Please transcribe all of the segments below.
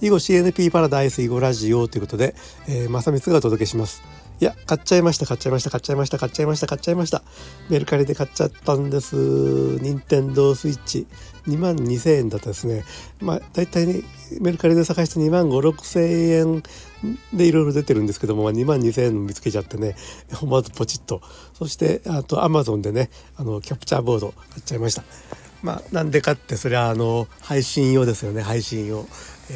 囲碁 CNP パラダイス囲碁ラジオということで、正光がお届けします。いや、買っちゃいました。メルカリで買っちゃったんです。任天堂スイッチ22,000円だったですね。だいたいメルカリで探して25,000-6,000円でいろいろ出てるんですけども、22,000円見つけちゃってね、思わずポチッと。そしてあと Amazon でね、キャプチャーボード買っちゃいました。なんでかって、それは配信用ですよね。配信用。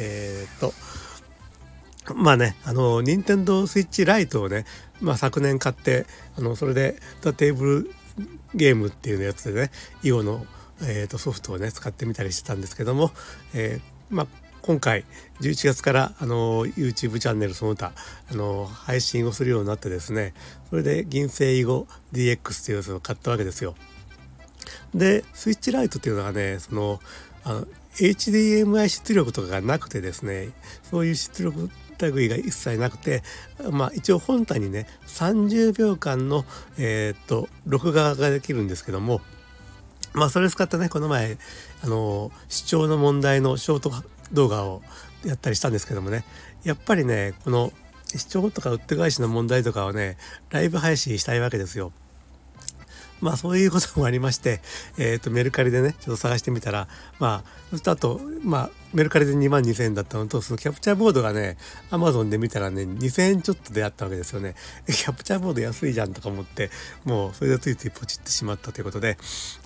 任天堂スイッチライトをね、昨年買って、それでテーブルゲームっていうやつでね、囲碁の、ソフトをね使ってみたりしてたんですけども、今回11月からYouTube チャンネルその他配信をするようになってですね、それで銀星囲碁 DX っていうやつを買ったわけですよ。でスイッチライトっていうのがね、HDMI 出力とかがなくてですね、そういう出力類が一切なくて、一応本体にね30秒間の録画ができるんですけども、それを使ってね、この前視聴の問題のショート動画をやったりしたんですけどもね、やっぱりね、この視聴とかうって返しの問題とかをねライブ配信したいわけですよ。そういうこともありまして、メルカリでねちょっと探してみたら、そしてあとメルカリで22,000円だったのと、そのキャプチャーボードがね Amazon で見たらね2,000円ちょっとであったわけですよね。キャプチャーボード安いじゃんとか思って、もうそれでついついポチってしまったということで、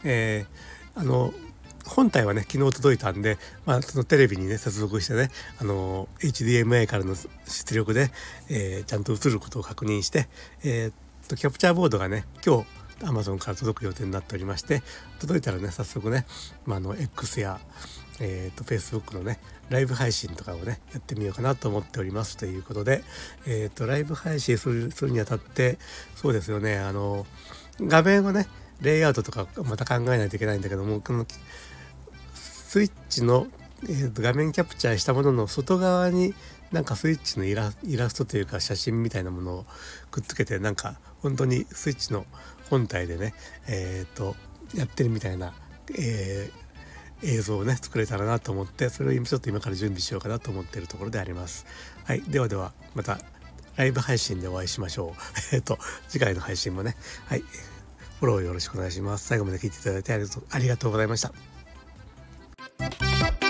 本体はね昨日届いたんで、そのテレビにね接続してね、HDMI からの出力で、ちゃんと映ることを確認して、キャプチャーボードがね今日Amazon から届く予定になっておりまして、届いたらね早速ね、X や、Facebook のねライブ配信とかをねやってみようかなと思っておりますということで、ライブ配信するにあたって、そうですよね、画面をねレイアウトとかまた考えないといけないんだけども、このスイッチの、画面キャプチャーしたものの外側になんかスイッチのイラストというか写真みたいなものをくっつけて、なんか本当にスイッチの本体でねやってるみたいな、映像をね作れたらなと思って、それをちょっと今から準備しようかなと思っているところであります。はい、ではまたライブ配信でお会いしましょう。次回の配信もね、はい、フォローよろしくお願いします。最後まで聞いていただいてありがとうございました。